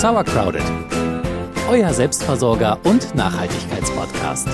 Sauercrowded, euer Selbstversorger und Nachhaltigkeitspodcast.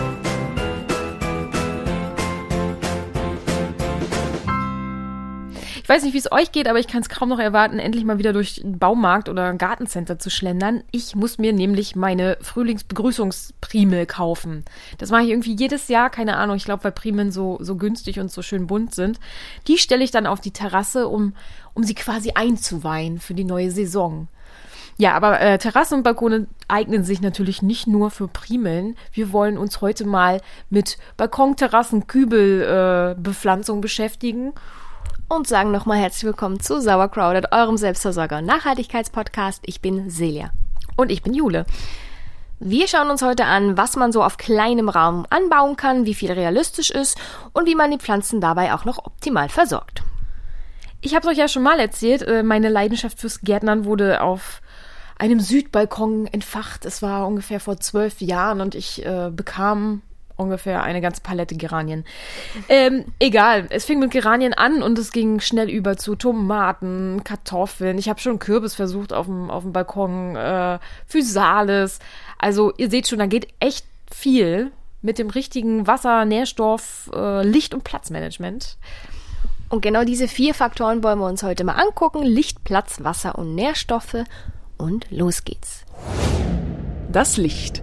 Ich weiß nicht, wie es euch geht, aber ich kann es kaum noch erwarten, endlich mal wieder durch einen Baumarkt oder ein Gartencenter zu schlendern. Ich muss mir nämlich meine Frühlingsbegrüßungsprimel kaufen. Das mache ich irgendwie jedes Jahr, keine Ahnung, ich glaube, weil Primeln so günstig und so schön bunt sind. Die stelle ich dann auf die Terrasse, um sie quasi einzuweihen für die neue Saison. Ja, aber Terrassen und Balkone eignen sich natürlich nicht nur für Primeln. Wir wollen uns heute mal mit Balkonterrassen, Kübelbepflanzung beschäftigen. Und sagen nochmal herzlich willkommen zu Sauercrowded, eurem Selbstversorger- und Nachhaltigkeitspodcast. Ich bin Celia. Und ich bin Jule. Wir schauen uns heute an, was man so auf kleinem Raum anbauen kann, wie viel realistisch ist und wie man die Pflanzen dabei auch noch optimal versorgt. Ich habe es euch ja schon mal erzählt, meine Leidenschaft fürs Gärtnern wurde auf einem Südbalkon entfacht. Es war ungefähr vor 12 Jahren und ich bekam ungefähr eine ganze Palette Geranien. Egal, es fing mit Geranien an und es ging schnell über zu Tomaten, Kartoffeln. Ich habe schon Kürbis versucht auf dem Balkon, Physalis. Also ihr seht schon, da geht echt viel mit dem richtigen Wasser, Nährstoff, Licht- und Platzmanagement. Und genau diese 4 Faktoren wollen wir uns heute mal angucken. Licht, Platz, Wasser und Nährstoffe. Und los geht's. Das Licht.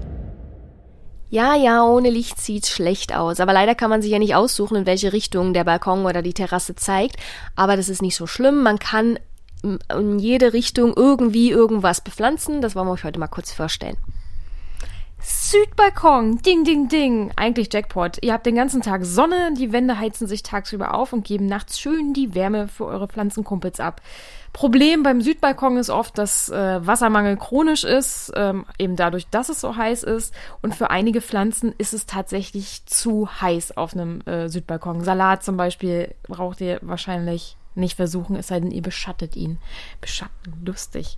Ja, ohne Licht sieht's schlecht aus. Aber leider kann man sich ja nicht aussuchen, in welche Richtung der Balkon oder die Terrasse zeigt. Aber das ist nicht so schlimm. Man kann in jede Richtung irgendwie irgendwas bepflanzen. Das wollen wir euch heute mal kurz vorstellen. Südbalkon, ding, ding, ding. Eigentlich Jackpot. Ihr habt den ganzen Tag Sonne, die Wände heizen sich tagsüber auf und geben nachts schön die Wärme für eure Pflanzenkumpels ab. Problem beim Südbalkon ist oft, dass Wassermangel chronisch ist, eben dadurch, dass es so heiß ist. Und für einige Pflanzen ist es tatsächlich zu heiß auf einem Südbalkon. Salat zum Beispiel braucht ihr wahrscheinlich nicht versuchen, es sei denn, ihr beschattet ihn. Beschatten, lustig.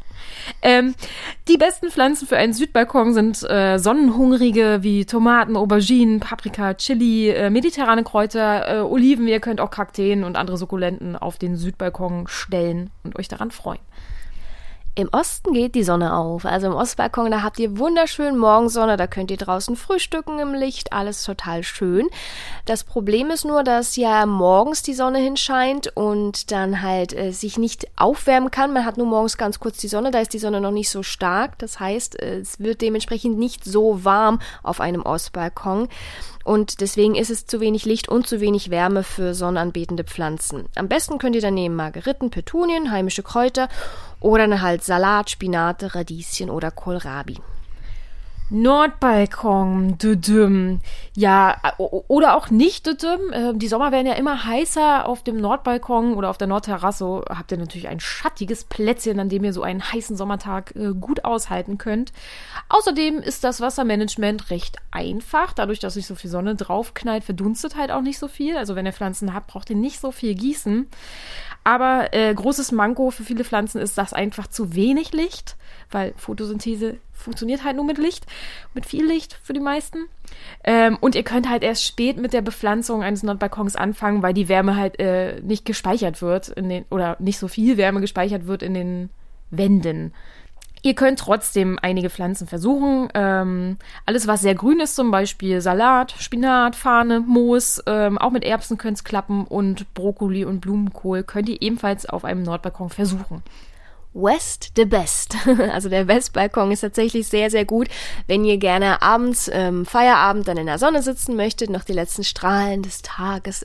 Die besten Pflanzen für einen Südbalkon sind sonnenhungrige wie Tomaten, Auberginen, Paprika, Chili, mediterrane Kräuter, Oliven. Ihr könnt auch Kakteen und andere Sukkulenten auf den Südbalkon stellen und euch daran freuen. Im Osten geht die Sonne auf, also im Ostbalkon, da habt ihr wunderschön Morgensonne, da könnt ihr draußen frühstücken im Licht, alles total schön. Das Problem ist nur, dass ja morgens die Sonne hinscheint und dann halt sich nicht aufwärmen kann. Man hat nur morgens ganz kurz die Sonne, da ist die Sonne noch nicht so stark. Das heißt, es wird dementsprechend nicht so warm auf einem Ostbalkon. Und deswegen ist es zu wenig Licht und zu wenig Wärme für sonnenanbetende Pflanzen. Am besten könnt ihr dann nehmen Margeriten, Petunien, heimische Kräuter oder dann halt Salat, Spinate, Radieschen oder Kohlrabi. Nordbalkon, düdüm. Ja, oder auch nicht düdüm. Die Sommer werden ja immer heißer. Auf dem Nordbalkon oder auf der Nordterrasse habt ihr natürlich ein schattiges Plätzchen, an dem ihr so einen heißen Sommertag gut aushalten könnt. Außerdem ist das Wassermanagement recht einfach. Dadurch, dass nicht so viel Sonne draufknallt, verdunstet halt auch nicht so viel. Also wenn ihr Pflanzen habt, braucht ihr nicht so viel gießen. Aber großes Manko für viele Pflanzen ist das einfach zu wenig Licht, weil Photosynthese funktioniert halt nur mit Licht, mit viel Licht für die meisten. Und ihr könnt halt erst spät mit der Bepflanzung eines Nordbalkons anfangen, weil die Wärme halt nicht gespeichert wird oder nicht so viel Wärme gespeichert wird in den Wänden. Ihr könnt trotzdem einige Pflanzen versuchen. Alles, was sehr grün ist, zum Beispiel Salat, Spinat, Fahne, Moos, auch mit Erbsen könnte es klappen und Brokkoli und Blumenkohl könnt ihr ebenfalls auf einem Nordbalkon versuchen. West the best. Also der Westbalkon ist tatsächlich sehr, sehr gut, wenn ihr gerne abends, Feierabend dann in der Sonne sitzen möchtet, noch die letzten Strahlen des Tages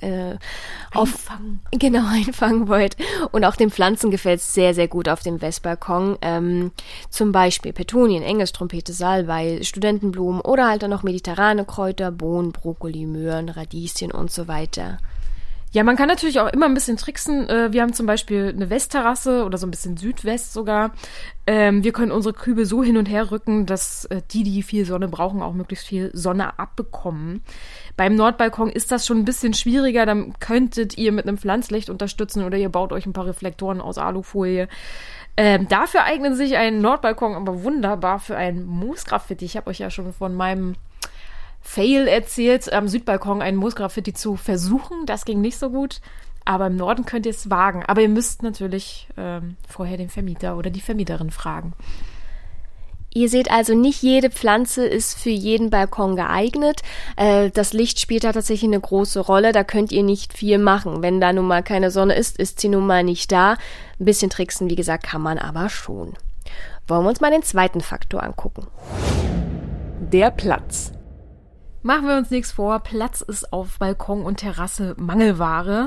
einfangen wollt. Und auch den Pflanzen gefällt es sehr, sehr gut auf dem Westbalkon. Zum Beispiel Petunien, Engelstrompete, Salbei, Studentenblumen oder halt dann noch mediterrane Kräuter, Bohnen, Brokkoli, Möhren, Radieschen und so weiter. Ja, man kann natürlich auch immer ein bisschen tricksen. Wir haben zum Beispiel eine Westterrasse oder so ein bisschen Südwest sogar. Wir können unsere Kübel so hin und her rücken, dass die viel Sonne brauchen, auch möglichst viel Sonne abbekommen. Beim Nordbalkon ist das schon ein bisschen schwieriger. Dann könntet ihr mit einem Pflanzlicht unterstützen oder ihr baut euch ein paar Reflektoren aus Alufolie. Dafür eignet sich ein Nordbalkon aber wunderbar für ein Moosgraffiti. Ich habe euch ja schon von meinem Fail erzählt, am Südbalkon ein Moosgraffiti zu versuchen. Das ging nicht so gut. Aber im Norden könnt ihr es wagen. Aber ihr müsst natürlich vorher den Vermieter oder die Vermieterin fragen. Ihr seht also, nicht jede Pflanze ist für jeden Balkon geeignet. Das Licht spielt da tatsächlich eine große Rolle. Da könnt ihr nicht viel machen. Wenn da nun mal keine Sonne ist, ist sie nun mal nicht da. Ein bisschen tricksen, wie gesagt, kann man aber schon. Wollen wir uns mal den zweiten Faktor angucken. Der Platz. Machen wir uns nichts vor, Platz ist auf Balkon und Terrasse Mangelware.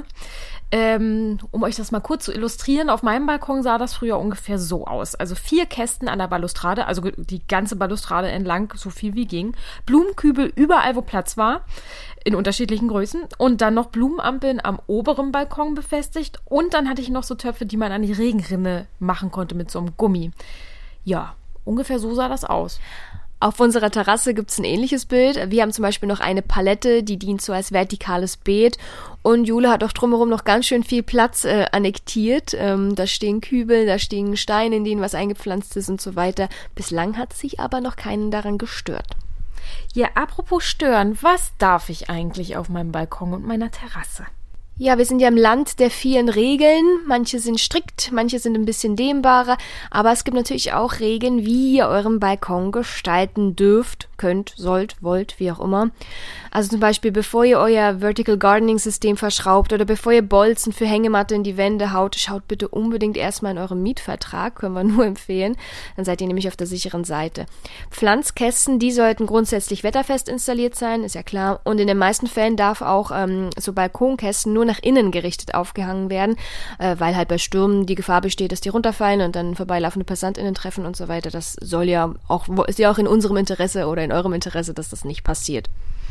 Um euch das mal kurz zu illustrieren, auf meinem Balkon sah das früher ungefähr so aus. Also 4 Kästen an der Balustrade, also die ganze Balustrade entlang, so viel wie ging. Blumenkübel überall, wo Platz war, in unterschiedlichen Größen. Und dann noch Blumenampeln am oberen Balkon befestigt. Und dann hatte ich noch so Töpfe, die man an die Regenrinne machen konnte mit so einem Gummi. Ja, ungefähr so sah das aus. Auf unserer Terrasse gibt's ein ähnliches Bild. Wir haben zum Beispiel noch eine Palette, die dient so als vertikales Beet. Und Jule hat auch drumherum noch ganz schön viel Platz annektiert. Da stehen Kübel, da stehen Steine, in denen was eingepflanzt ist und so weiter. Bislang hat sich aber noch keinen daran gestört. Ja, apropos stören, was darf ich eigentlich auf meinem Balkon und meiner Terrasse? Ja, wir sind ja im Land der vielen Regeln. Manche sind strikt, manche sind ein bisschen dehnbarer. Aber es gibt natürlich auch Regeln, wie ihr euren Balkon gestalten dürft, könnt, sollt, wollt, wie auch immer. Also zum Beispiel, bevor ihr euer Vertical Gardening System verschraubt oder bevor ihr Bolzen für Hängematte in die Wände haut, schaut bitte unbedingt erstmal in eurem Mietvertrag, können wir nur empfehlen. Dann seid ihr nämlich auf der sicheren Seite. Pflanzkästen, die sollten grundsätzlich wetterfest installiert sein, ist ja klar. Und in den meisten Fällen darf auch so Balkonkästen nur nach innen gerichtet aufgehangen werden, weil halt bei Stürmen die Gefahr besteht, dass die runterfallen und dann vorbeilaufende PassantInnen treffen und so weiter. Das ist ja auch in unserem Interesse oder in eurem Interesse, dass das nicht passiert.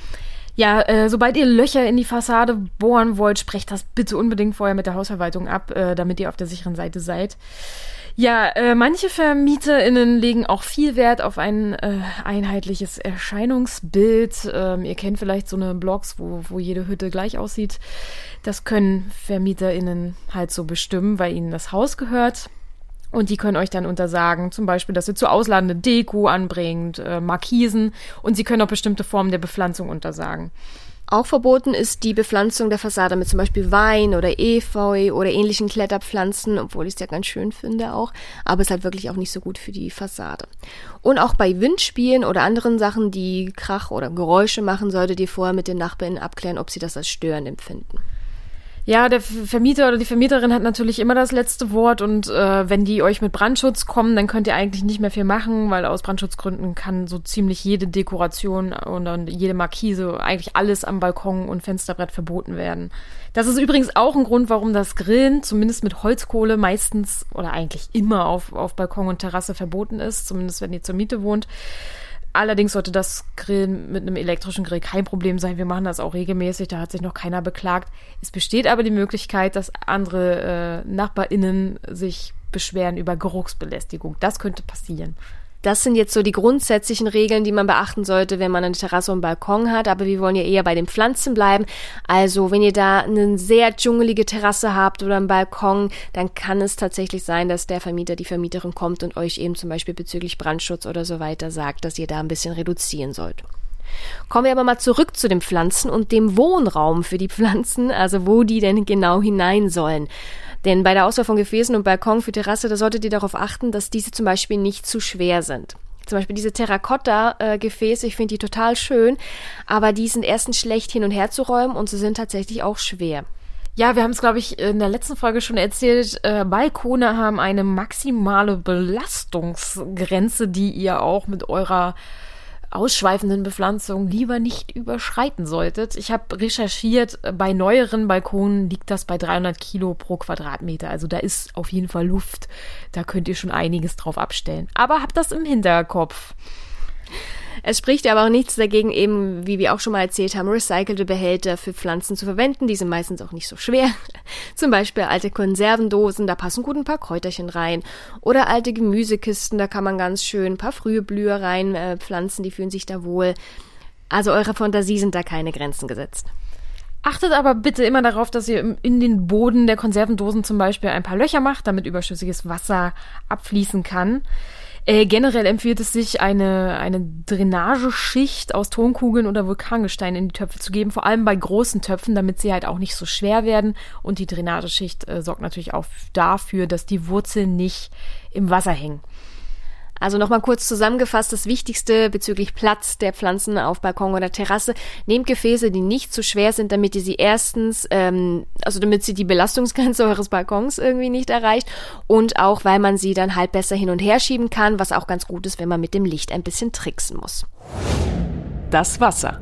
Ja, sobald ihr Löcher in die Fassade bohren wollt, sprecht das bitte unbedingt vorher mit der Hausverwaltung ab, damit ihr auf der sicheren Seite seid. Ja, manche VermieterInnen legen auch viel Wert auf ein einheitliches Erscheinungsbild. Ihr kennt vielleicht so eine Blogs, wo jede Hütte gleich aussieht. Das können VermieterInnen halt so bestimmen, weil ihnen das Haus gehört. Und die können euch dann untersagen, zum Beispiel, dass ihr zu ausladende Deko anbringt, Markisen. Und sie können auch bestimmte Formen der Bepflanzung untersagen. Auch verboten ist die Bepflanzung der Fassade mit zum Beispiel Wein oder Efeu oder ähnlichen Kletterpflanzen, obwohl ich es ja ganz schön finde auch, aber es ist halt wirklich auch nicht so gut für die Fassade. Und auch bei Windspielen oder anderen Sachen, die Krach oder Geräusche machen, solltet ihr vorher mit den NachbarInnen abklären, ob sie das als störend empfinden. Ja, der Vermieter oder die Vermieterin hat natürlich immer das letzte Wort und wenn die euch mit Brandschutz kommen, dann könnt ihr eigentlich nicht mehr viel machen, weil aus Brandschutzgründen kann so ziemlich jede Dekoration und jede Markise, eigentlich alles am Balkon und Fensterbrett verboten werden. Das ist übrigens auch ein Grund, warum das Grillen, zumindest mit Holzkohle, meistens oder eigentlich immer auf Balkon und Terrasse verboten ist, zumindest wenn ihr zur Miete wohnt. Allerdings sollte das Grillen mit einem elektrischen Grill kein Problem sein. Wir machen das auch regelmäßig, da hat sich noch keiner beklagt. Es besteht aber die Möglichkeit, dass andere NachbarInnen sich beschweren über Geruchsbelästigung. Das könnte passieren. Das sind jetzt so die grundsätzlichen Regeln, die man beachten sollte, wenn man eine Terrasse und einen Balkon hat. Aber wir wollen ja eher bei den Pflanzen bleiben. Also wenn ihr da eine sehr dschungelige Terrasse habt oder einen Balkon, dann kann es tatsächlich sein, dass der Vermieter, die Vermieterin kommt und euch eben zum Beispiel bezüglich Brandschutz oder so weiter sagt, dass ihr da ein bisschen reduzieren sollt. Kommen wir aber mal zurück zu den Pflanzen und dem Wohnraum für die Pflanzen, also wo die denn genau hinein sollen. Denn bei der Auswahl von Gefäßen und Balkon für Terrasse, da solltet ihr darauf achten, dass diese zum Beispiel nicht zu schwer sind. Zum Beispiel diese Terrakotta-Gefäße, ich finde die total schön, aber die sind erstens schlecht hin und her zu räumen und sie sind tatsächlich auch schwer. Ja, wir haben es, glaube ich, in der letzten Folge schon erzählt, Balkone haben eine maximale Belastungsgrenze, die ihr auch mit eurer ausschweifenden Bepflanzung lieber nicht überschreiten solltet. Ich habe recherchiert, bei neueren Balkonen liegt das bei 300 Kilo pro Quadratmeter. Also da ist auf jeden Fall Luft. Da könnt ihr schon einiges drauf abstellen. Aber habt das im Hinterkopf. Es spricht aber auch nichts dagegen, eben, wie wir auch schon mal erzählt haben, recycelte Behälter für Pflanzen zu verwenden. Die sind meistens auch nicht so schwer. Zum Beispiel alte Konservendosen, da passen gut ein paar Kräuterchen rein. Oder alte Gemüsekisten, da kann man ganz schön ein paar frühe Blüher reinpflanzen, die fühlen sich da wohl. Also eurer Fantasie sind da keine Grenzen gesetzt. Achtet aber bitte immer darauf, dass ihr in den Boden der Konservendosen zum Beispiel ein paar Löcher macht, damit überschüssiges Wasser abfließen kann. Generell empfiehlt es sich, eine Drainageschicht aus Tonkugeln oder Vulkangestein in die Töpfe zu geben, vor allem bei großen Töpfen, damit sie halt auch nicht so schwer werden. Und die Drainageschicht sorgt natürlich auch dafür, dass die Wurzeln nicht im Wasser hängen. Also nochmal kurz zusammengefasst, das Wichtigste bezüglich Platz der Pflanzen auf Balkon oder Terrasse. Nehmt Gefäße, die nicht zu schwer sind, damit ihr sie erstens, damit sie die Belastungsgrenze eures Balkons irgendwie nicht erreicht und auch, weil man sie dann halt besser hin und her schieben kann, was auch ganz gut ist, wenn man mit dem Licht ein bisschen tricksen muss. Das Wasser.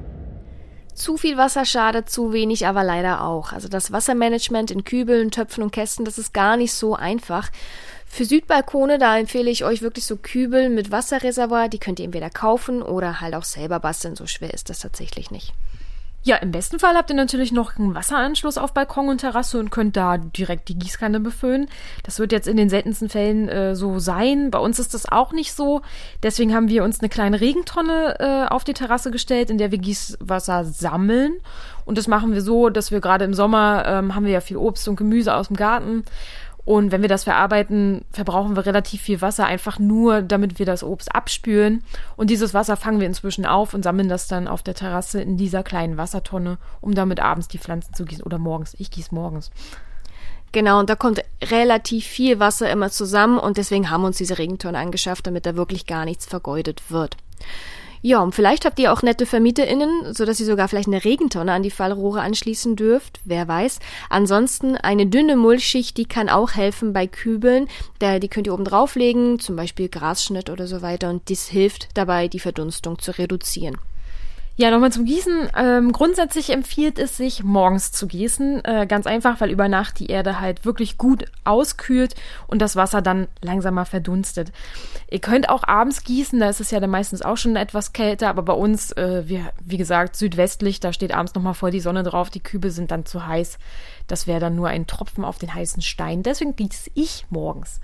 Zu viel Wasser schadet, zu wenig aber leider auch. Also das Wassermanagement in Kübeln, Töpfen und Kästen, das ist gar nicht so einfach. Für Südbalkone, da empfehle ich euch wirklich so Kübel mit Wasserreservoir, die könnt ihr entweder kaufen oder halt auch selber basteln, so schwer ist das tatsächlich nicht. Ja, im besten Fall habt ihr natürlich noch einen Wasseranschluss auf Balkon und Terrasse und könnt da direkt die Gießkanne befüllen. Das wird jetzt in den seltensten Fällen so sein. Bei uns ist das auch nicht so. Deswegen haben wir uns eine kleine Regentonne auf die Terrasse gestellt, in der wir Gießwasser sammeln. Und das machen wir so, dass wir gerade im Sommer haben wir ja viel Obst und Gemüse aus dem Garten. Und wenn wir das verarbeiten, verbrauchen wir relativ viel Wasser, einfach nur, damit wir das Obst abspülen. Und dieses Wasser fangen wir inzwischen auf und sammeln das dann auf der Terrasse in dieser kleinen Wassertonne, um damit abends die Pflanzen zu gießen. Oder morgens. Ich gieße morgens. Genau, und da kommt relativ viel Wasser immer zusammen und deswegen haben wir uns diese Regentonne angeschafft, damit da wirklich gar nichts vergeudet wird. Ja, und vielleicht habt ihr auch nette VermieterInnen, sodass ihr sogar vielleicht eine Regentonne an die Fallrohre anschließen dürft, wer weiß. Ansonsten eine dünne Mulchschicht, die kann auch helfen bei Kübeln. Die könnt ihr oben drauflegen, zum Beispiel Grasschnitt oder so weiter und dies hilft dabei, die Verdunstung zu reduzieren. Ja, nochmal zum Gießen. Grundsätzlich empfiehlt es sich, morgens zu gießen. Ganz einfach, weil über Nacht die Erde halt wirklich gut auskühlt und das Wasser dann langsamer verdunstet. Ihr könnt auch abends gießen, da ist es ja dann meistens auch schon etwas kälter, aber bei uns, wie gesagt, südwestlich, da steht abends nochmal voll die Sonne drauf, die Kübel sind dann zu heiß. Das wäre dann nur ein Tropfen auf den heißen Stein. Deswegen gieße ich morgens.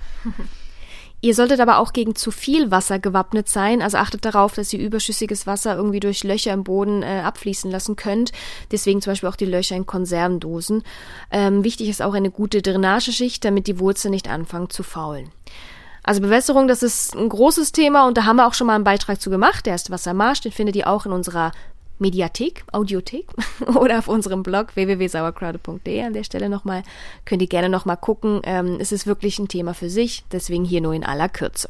Ihr solltet aber auch gegen zu viel Wasser gewappnet sein, also achtet darauf, dass ihr überschüssiges Wasser irgendwie durch Löcher im Boden abfließen lassen könnt. Deswegen zum Beispiel auch die Löcher in Konservendosen. Wichtig ist auch eine gute Drainageschicht, damit die Wurzeln nicht anfangen zu faulen. Also Bewässerung, das ist ein großes Thema und da haben wir auch schon mal einen Beitrag zu gemacht. Der ist Wassermarsch, den findet ihr auch in unserer Audiothek oder auf unserem Blog www.sauerkraude.de. An der Stelle nochmal, könnt ihr gerne nochmal gucken. Es ist wirklich ein Thema für sich, deswegen hier nur in aller Kürze.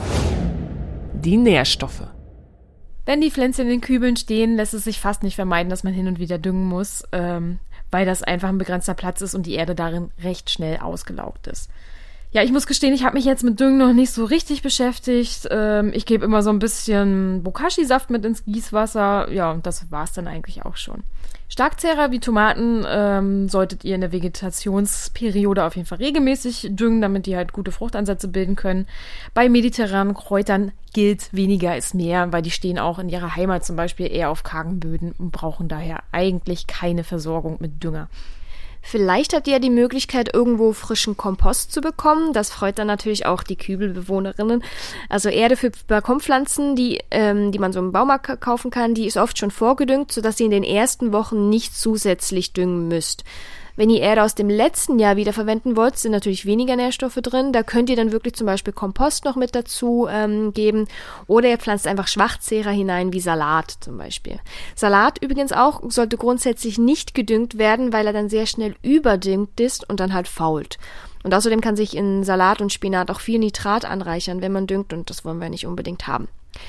Die Nährstoffe. Wenn die Pflänzchen in den Kübeln stehen, lässt es sich fast nicht vermeiden, dass man hin und wieder düngen muss, weil das einfach ein begrenzter Platz ist und die Erde darin recht schnell ausgelaugt ist. Ja, ich muss gestehen, ich habe mich jetzt mit Düngen noch nicht so richtig beschäftigt. Ich gebe immer so ein bisschen Bokashi-Saft mit ins Gießwasser. Ja, und das war's dann eigentlich auch schon. Starkzehrer wie Tomaten solltet ihr in der Vegetationsperiode auf jeden Fall regelmäßig düngen, damit die halt gute Fruchtansätze bilden können. Bei mediterranen Kräutern gilt, weniger ist mehr, weil die stehen auch in ihrer Heimat zum Beispiel eher auf kargen Böden und brauchen daher eigentlich keine Versorgung mit Dünger. Vielleicht habt ihr ja die Möglichkeit, irgendwo frischen Kompost zu bekommen. Das freut dann natürlich auch die Kübelbewohnerinnen. Also Erde für Balkonpflanzen, die man so im Baumarkt kaufen kann, die ist oft schon vorgedüngt, sodass ihr in den ersten Wochen nicht zusätzlich düngen müsst. Wenn ihr Erde aus dem letzten Jahr wiederverwenden wollt, sind natürlich weniger Nährstoffe drin. Da könnt ihr dann wirklich zum Beispiel Kompost noch mit dazu geben. Oder ihr pflanzt einfach Schwachzehrer hinein, wie Salat zum Beispiel. Salat übrigens auch sollte grundsätzlich nicht gedüngt werden, weil er dann sehr schnell überdüngt ist und dann halt fault. Und außerdem kann sich in Salat und Spinat auch viel Nitrat anreichern, wenn man düngt, und das wollen wir nicht unbedingt haben.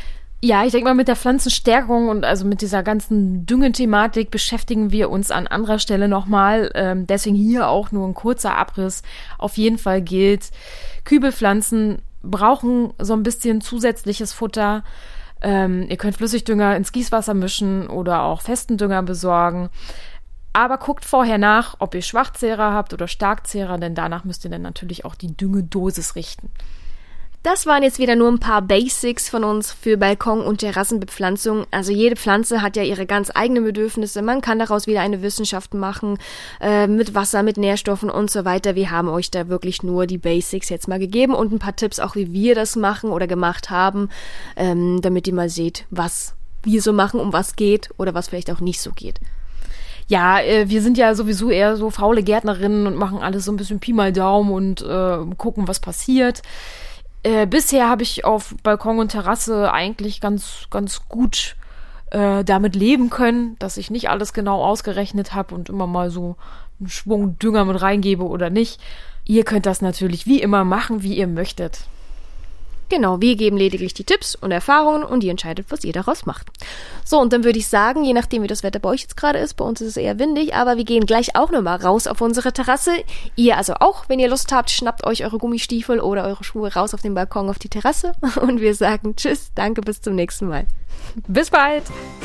Ja, ich denke mal, mit der Pflanzenstärkung und also mit dieser ganzen Düngenthematik beschäftigen wir uns an anderer Stelle nochmal. Deswegen hier auch nur ein kurzer Abriss. Auf jeden Fall gilt, Kübelpflanzen brauchen so ein bisschen zusätzliches Futter. Ihr könnt Flüssigdünger ins Gießwasser mischen oder auch festen Dünger besorgen. Aber guckt vorher nach, ob ihr Schwachzehrer habt oder Starkzehrer, denn danach müsst ihr dann natürlich auch die Düngedosis richten. Das waren jetzt wieder nur ein paar Basics von uns für Balkon- und Terrassenbepflanzung. Also jede Pflanze hat ja ihre ganz eigenen Bedürfnisse. Man kann daraus wieder eine Wissenschaft machen, mit Wasser, mit Nährstoffen und so weiter. Wir haben euch da wirklich nur die Basics jetzt mal gegeben und ein paar Tipps auch, wie wir das machen oder gemacht haben, damit ihr mal seht, was wir so machen, um was geht oder was vielleicht auch nicht so geht. Ja, wir sind ja sowieso eher so faule Gärtnerinnen und machen alles so ein bisschen Pi mal Daumen und gucken, was passiert. Bisher habe ich auf Balkon und Terrasse eigentlich ganz gut damit leben können, dass ich nicht alles genau ausgerechnet habe und immer mal so einen Schwung Dünger mit reingebe oder nicht. Ihr könnt das natürlich wie immer machen, wie ihr möchtet. Genau, wir geben lediglich die Tipps und Erfahrungen und ihr entscheidet, was ihr daraus macht. So, und dann würde ich sagen, je nachdem, wie das Wetter bei euch jetzt gerade ist, bei uns ist es eher windig, aber wir gehen gleich auch nochmal raus auf unsere Terrasse. Ihr also auch, wenn ihr Lust habt, schnappt euch eure Gummistiefel oder eure Schuhe raus auf den Balkon, auf die Terrasse und wir sagen Tschüss, danke, bis zum nächsten Mal. Bis bald!